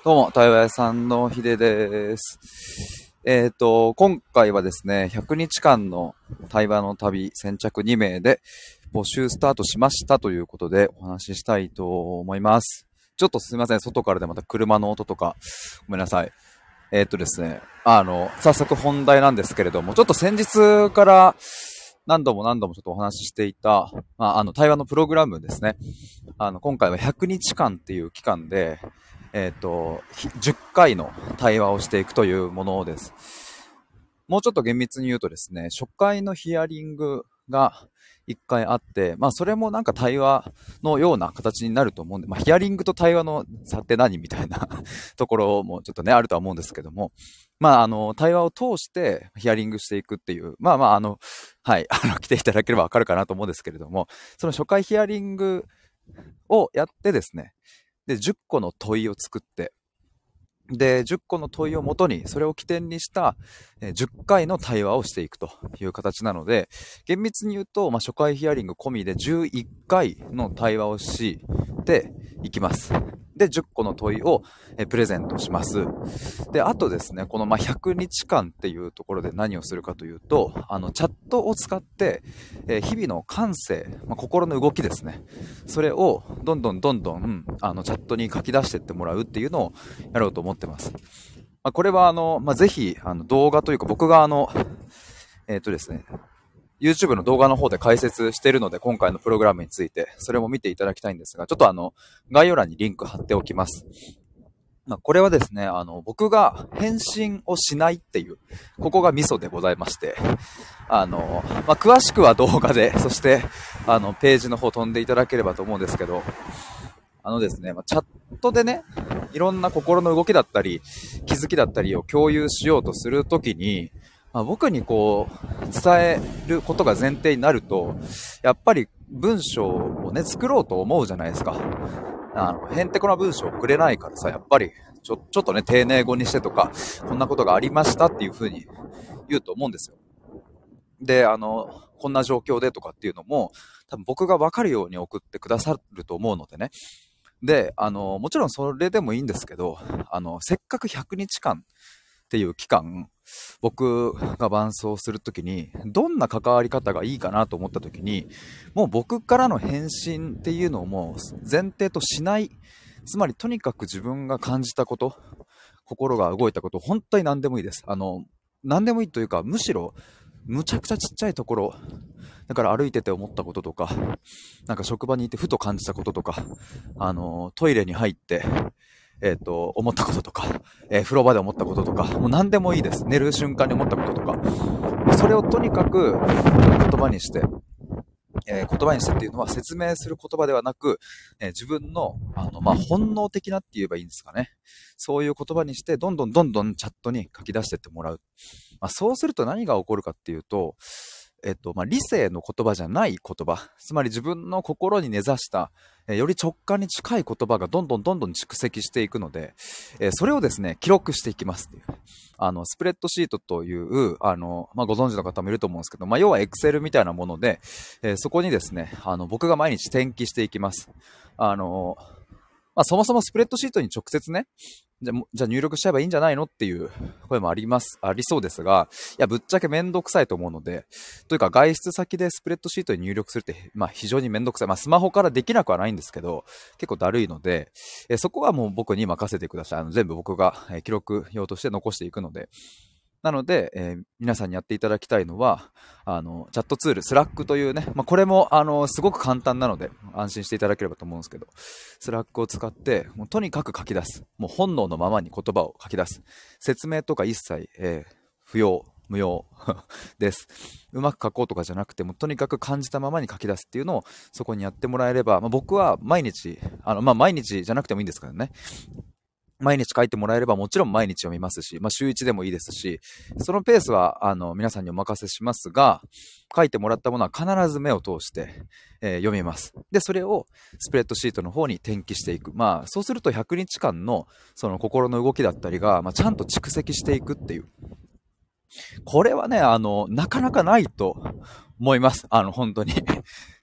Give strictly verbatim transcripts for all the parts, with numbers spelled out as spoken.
どうも、対話屋さんのひでです。えっと、今回はですね、ひゃくにちかんの対話の旅先着にめいで募集スタートしましたということでお話ししたいと思います。ちょっとすいません、外からでまた車の音とか、ごめんなさい。えっとですね、あの、早速本題なんですけれども、ちょっと先日から何度も何度もちょっとお話ししていた、まあ、あの、対話のプログラムですね。あの、今回はひゃくにちかんっていう期間で、えっと、じゅっかいの対話をしていくというものです。もうちょっと厳密に言うとですね、初回のヒアリングがいっかいあって、まあそれもなんか対話のような形になると思うんで、まあヒアリングと対話の差って何みたいなところもちょっとね、あるとは思うんですけども、まああの、対話を通してヒアリングしていくっていう、まあまああの、はい、あの、来ていただければわかるかなと思うんですけれども、その初回ヒアリングをやってですね、で、じゅっこの問いを作って、で、じゅっこの問いをもとに、それを起点にした、えーじゅっかいの対話をしていくという形なので、厳密に言うと、まあ、初回ヒアリング込みでじゅういっかいの対話をしていきます。で、じゅっこの問いを、えープレゼントします。で、あとですね、このまあひゃくにちかんっていうところで何をするかというと、あの、チャットを使って、えー日々の感性、まあ、心の動きですね。それをどんどんどんどん、あの、チャットに書き出していってもらうっていうのをやろうと思ってます。まあ、これはあの、まあ、ぜひ、あの、動画というか僕があの、えっとですね、YouTube の動画の方で解説しているので、今回のプログラムについて、それも見ていただきたいんですが、ちょっとあの、概要欄にリンク貼っておきます。まあ、これはですね、あの、僕が返信をしないっていう、ここがミソでございまして、あの、まあ、詳しくは動画で、そして、あの、ページの方飛んでいただければと思うんですけど、あのですね、まあ、チャットでね、いろんな心の動きだったり、気づきだったりを共有しようとするときに、まあ、僕にこう、伝えることが前提になると、やっぱり文章をね、作ろうと思うじゃないですか。あの、へんてこな文章をくれないからさ、やっぱり、ちょ、ちょっとね、丁寧語にしてとか、こんなことがありましたっていう風に言うと思うんですよ。で、あの、こんな状況でとかっていうのも、多分僕がわかるように送ってくださると思うのでね。で、あの、もちろんそれでもいいんですけど、あの、せっかくひゃくにちかんっていう期間、僕が伴走するときに、どんな関わり方がいいかなと思ったときに、もう僕からの返信っていうのをもう前提としない、つまりとにかく自分が感じたこと、心が動いたこと、本当に何でもいいです。あの、何でもいいというか、むしろ、むちゃくちゃちっちゃいところ、だから歩いてて思ったこととか、なんか職場にいてふと感じたこととか、あの、トイレに入って、えっと、思ったこととか、えー風呂場で思ったこととか、もう何でもいいです。寝る瞬間に思ったこととか。それをとにかく言葉にして、えー言葉にしてっていうのは説明する言葉ではなく、えー自分の、あの、まあ、本能的なって言えばいいんですかね。そういう言葉にして、どんどんどんどんチャットに書き出してってもらう。まあ、そうすると何が起こるかっていうと、えっと、まあ、理性の言葉じゃない言葉、つまり自分の心に根ざした、えーより直感に近い言葉がどんどんどんどん蓄積していくので、えーそれをですね、記録していきますっていう。あの、スプレッドシートという、あの、まあ、ご存知の方もいると思うんですけど、まあ、要は Excel みたいなもので、えーそこにですね、あの、僕が毎日転記していきます。あの、まあ、そもそもスプレッドシートに直接ね、じゃ、じゃあ入力しちゃえばいいんじゃないのっていう声もあります、ありそうですが、いや、ぶっちゃけめんどくさいと思うので、というか外出先でスプレッドシートに入力するって、まあ非常にめんどくさい。まあスマホからできなくはないんですけど、結構だるいので、えそこはもう僕に任せてください。あの全部僕が、え記録用として残していくので、なので、えー皆さんにやっていただきたいのは、あの、チャットツール、スラックというね、まあ、これも、あの、すごく簡単なので、安心していただければと思うんですけど、スラックを使って、もうとにかく書き出す。もう本能のままに言葉を書き出す。説明とか一切、えー不要、無用です。うまく書こうとかじゃなくて、もうとにかく感じたままに書き出すっていうのを、そこにやってもらえれば、まあ、僕は毎日、あの、まあ、毎日じゃなくてもいいんですからね。毎日書いてもらえればもちろん毎日読みますし、まあ、週いちでもいいですし、そのペースはあの皆さんにお任せしますが、書いてもらったものは必ず目を通して、えー読みます。で、それをスプレッドシートの方に転記していく。まあ、そうするとひゃくにちかんのその心の動きだったりが、まあ、ちゃんと蓄積していくっていう。これはね、あの、なかなかないと思います。あの、本当に。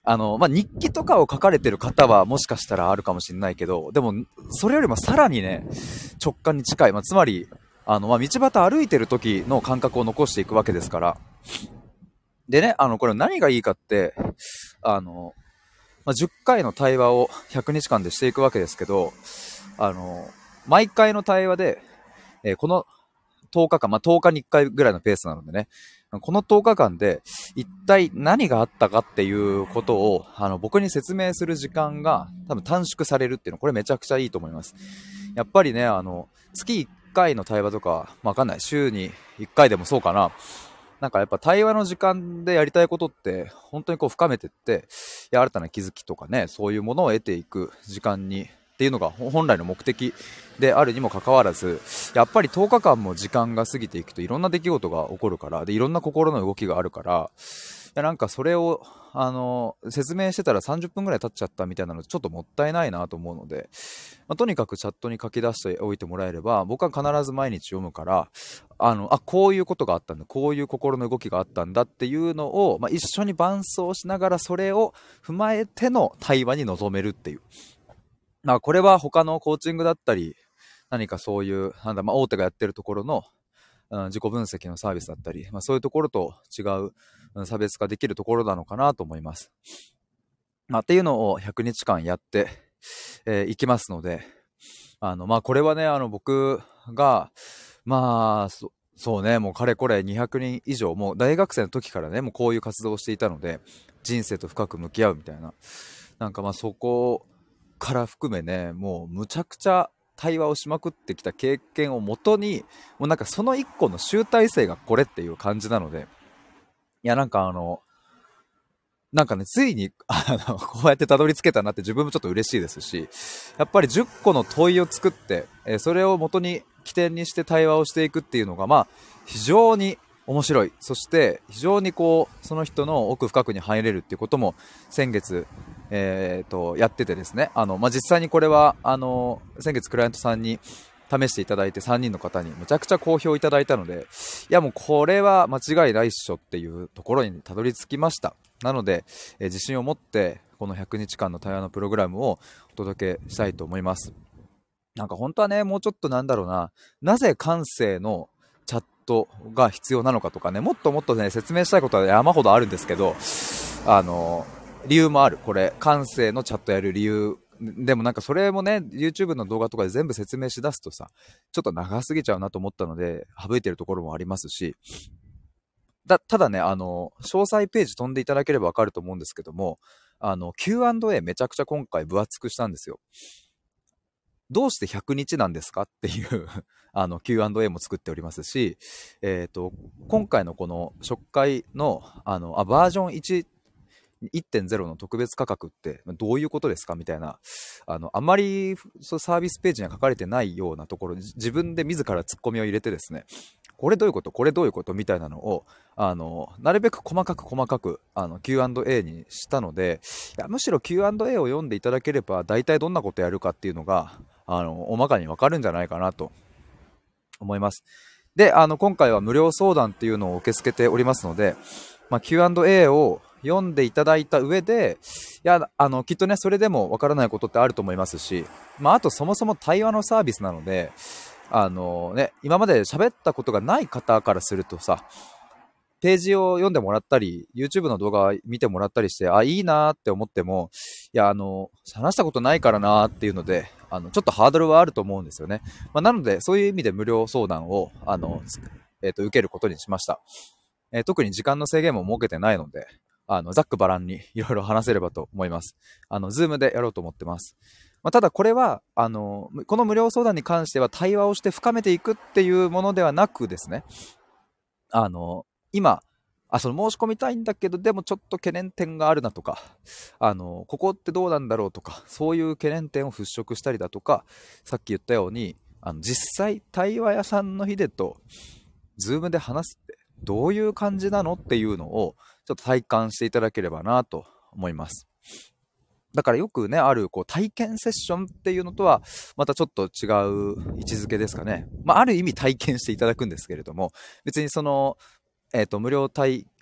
あの、まあ、日記とかを書かれてる方はもしかしたらあるかもしれないけど、でも、それよりもさらにね、直感に近い。まあ、つまり、あの、まあ、道端歩いてる時の感覚を残していくわけですから。でね、あの、これ何がいいかって、あの、まあ、じゅっかいの対話をひゃくにちかんでしていくわけですけど、あの、毎回の対話で、えーこのとおかかん、まあ、とおかにいっかいぐらいのペースなのでね、このとおかかんで一体何があったかっていうことをあの僕に説明する時間が多分短縮されるっていうの、これめちゃくちゃいいと思います。やっぱりね、あの、月いっかいの対話とか、まあ、わかんない。週にいっかいでもそうかな。なんかやっぱ対話の時間でやりたいことって本当にこう深めてって、いや新たな気づきとかね、そういうものを得ていく時間にっていうのが本来の目的であるにもかかわらず、やっぱりとおかかんも時間が過ぎていくといろんな出来事が起こるから、でいろんな心の動きがあるから、いやなんかそれをあの説明してたらさんじゅっぷんぐらい経っちゃったみたいなのちょっともったいないなと思うので、まあ、とにかくチャットに書き出しておいてもらえれば、僕は必ず毎日読むから、あのあこういうことがあったんだ、こういう心の動きがあったんだっていうのを、まあ、一緒に伴走しながらそれを踏まえての対話に臨めるっていう、まあ、これは他のコーチングだったり何かそういうなんだ、まあ、大手がやってるところの、うん、自己分析のサービスだったり、まあ、そういうところと違う、うん、差別化できるところなのかなと思います。まあ、っていうのをひゃくにちかんやってい、えー、きますので、あのまあ、これはね、あの僕がまあそそうね、もうかれこれにひゃくにん以上、もう大学生の時からね、もうこういう活動をしていたので、人生と深く向き合うみたいな、なんかまあそこから含めね、もうむちゃくちゃ対話をしまくってきた経験をもとに、もうなんかその一個の集大成がこれっていう感じなので、いやなんかあの、なんかね、ついに、あの、こうやってたどり着けたなって自分もちょっと嬉しいですし、やっぱりじゅっこの問いを作って、えーそれを元に起点にして対話をしていくっていうのが、まあ、非常に面白い。そして、非常にこう、その人の奥深くに入れるっていうことも、先月、えーと、やっててですね、あの、まあ、実際にこれは、あの、先月クライアントさんに試していただいてさんにんの方にむちゃくちゃ好評いただいたので、いやもうこれは間違いないっしょっていうところにたどり着きました。なので、えー自信を持ってこのひゃくにちかんの対話のプログラムをお届けしたいと思います。なんか本当はね、もうちょっとなんだろうな、なぜ感性のチャットが必要なのかとかね、もっともっとね、説明したいことは山ほどあるんですけど、あの、理由もある。これ、感性のチャットやる理由。でもなんかそれもね、YouTube の動画とかで全部説明しだすとさ、ちょっと長すぎちゃうなと思ったので、省いてるところもありますし、だ、ただね、あの、詳細ページ飛んでいただければわかると思うんですけども、あの、キューアンドエー めちゃくちゃ今回分厚くしたんですよ。どうしてひゃくにちなんですかっていうあの キューアンドエー も作っておりますし、えっと、今回のこの初回の、あの、あ、バージョンいち、いってんゼロの特別価格ってどういうことですかみたいな、あの、あまりそうサービスページには書かれてないようなところに自分で自らツッコミを入れてですね、これどういうことこれどういうことみたいなのを、あの、なるべく細かく細かく、あの、キューアンドエー にしたので、いやむしろ キューアンドエー を読んでいただければ、大体どんなことやるかっていうのが、あの、大まかにわかるんじゃないかなと思います。で、あの、今回は無料相談っていうのを受け付けておりますので、まあ、キューアンドエー を読んでいただいた上で、いや、あの、きっとね、それでもわからないことってあると思いますし、まあ、あとそもそも対話のサービスなので、あのね、今まで喋ったことがない方からするとさ、ページを読んでもらったり、YouTube の動画見てもらったりして、あ、いいなーって思っても、いや、あの、話したことないからなーっていうので、あの、ちょっとハードルはあると思うんですよね。まあ、なので、そういう意味で無料相談を、あの、えっと、受けることにしました。えー特に時間の制限も設けてないので、あの、ざっくばらんにいろいろ話せればと思います。あの、ズームでやろうと思ってます。まあ、ただこれは、あの、この無料相談に関しては対話をして深めていくっていうものではなくですね、あの、今、あ、その申し込みたいんだけど、でもちょっと懸念点があるなとか、あの、ここってどうなんだろうとか、そういう懸念点を払拭したりだとか、さっき言ったように、あの、実際、対話屋さんのヒデと、ズームで話すってどういう感じなのっていうのを、ちょっと体感していただければなと思います。だからよくね、あるこう体験セッションっていうのとは、またちょっと違う位置づけですかね。まあ、ある意味体験していただくんですけれども、別にその、えっと、無料体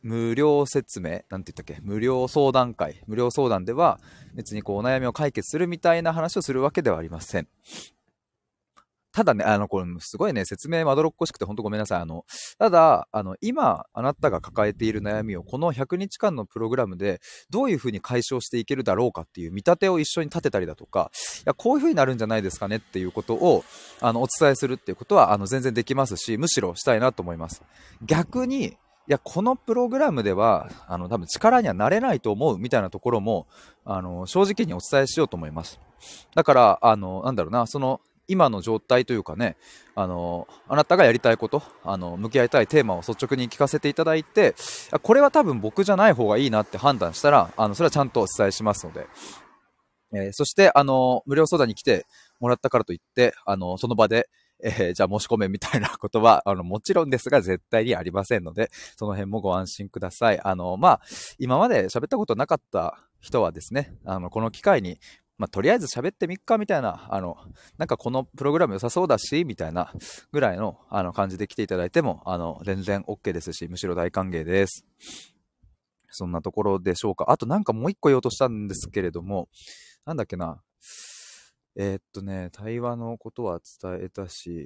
無料説明、なんて言ったっけ、無料相談会、無料相談では別にこうお悩みを解決するみたいな話をするわけではありません。ただね、あの、これ、すごいね、説明まどろっこしくて、ほんとごめんなさい。あの、ただ、あの、今、あなたが抱えている悩みを、このひゃくにちかんのプログラムで、どういうふうに解消していけるだろうかっていう見立てを一緒に立てたりだとか、いや、こういうふうになるんじゃないですかねっていうことを、あの、お伝えするっていうことは、あの、全然できますし、むしろしたいなと思います。逆に、いや、このプログラムでは、あの、多分力にはなれないと思うみたいなところも、あの、正直にお伝えしようと思います。だから、あの、なんだろうな、その、今の状態というかね、あの、あなたがやりたいこと、あの、向き合いたいテーマを率直に聞かせていただいて、これは多分僕じゃない方がいいなって判断したら、あの、それはちゃんとお伝えしますので、えーそして、あの、無料相談に来てもらったからといって、あの、その場で、えーじゃあ申し込めみたいなことは、あの、もちろんですが、絶対にありませんので、その辺もご安心ください。あの、まあ、今まで喋ったことなかった人はですね、あの、この機会に、まあ、とりあえず喋ってみっかみたいな、あの、なんかこのプログラム良さそうだし、みたいなぐらいの、あの、感じで来ていただいても、あの、全然 OK ですし、むしろ大歓迎です。そんなところでしょうか。あとなんかもう一個言おうとしたんですけれども、なんだっけな。えーっとね、対話のことは伝えたし、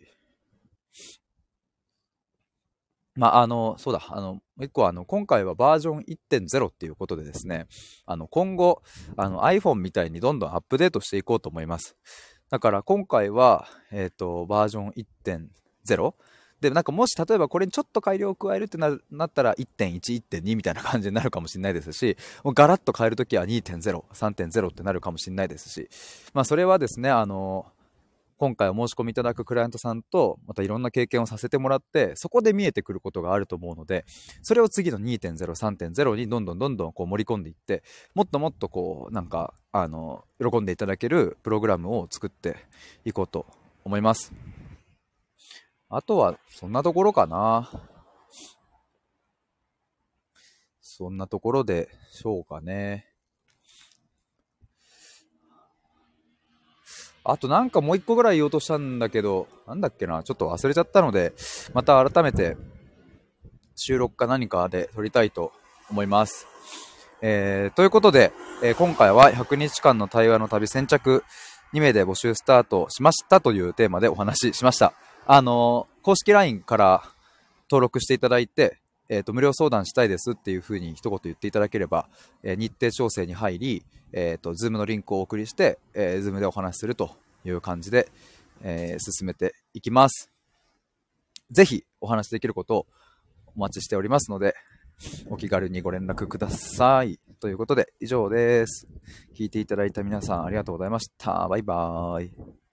まあ、あの、そうだ、あの、もう一個は、あの、今回はバージョンいってんゼロっていうことでですね、あの、今後、あの、iPhone みたいにどんどんアップデートしていこうと思います。だから今回は、えっと、バージョンいってんゼロで、なんかもし例えばこれにちょっと改良を加えるってな、なったらいってんいち、いってんにみたいな感じになるかもしれないですし、もうガラッと変えるときはにてんゼロ、さんてんゼロってなるかもしれないですし、まあそれはですね、あの、今回お申し込みいただくクライアントさんとまたいろんな経験をさせてもらって、そこで見えてくることがあると思うので、それを次のにてんゼロ、さんてんゼロにどんどんどんどんこう盛り込んでいって、もっともっとこうなんかあの喜んでいただけるプログラムを作っていこうと思います。あとはそんなところかな。そんなところでしょうかね。あとなんかもう一個ぐらい言おうとしたんだけど、なんだっけな、ちょっと忘れちゃったので、また改めて収録か何かで撮りたいと思います。えー、ということで、えー今回はひゃくにちかんの対話の旅先着にめいで募集スタートしましたというテーマでお話ししました。あのー公式 ライン から登録していただいて、えーと、無料相談したいですっていう風に一言言っていただければ、えー日程調整に入り、えーと、Zoom のリンクをお送りして、えー、Zoom でお話しするという感じで、えー進めていきます。ぜひお話しできることをお待ちしておりますので、お気軽にご連絡ください。ということで、以上です。聞いていただいた皆さんありがとうございました。バイバーイ。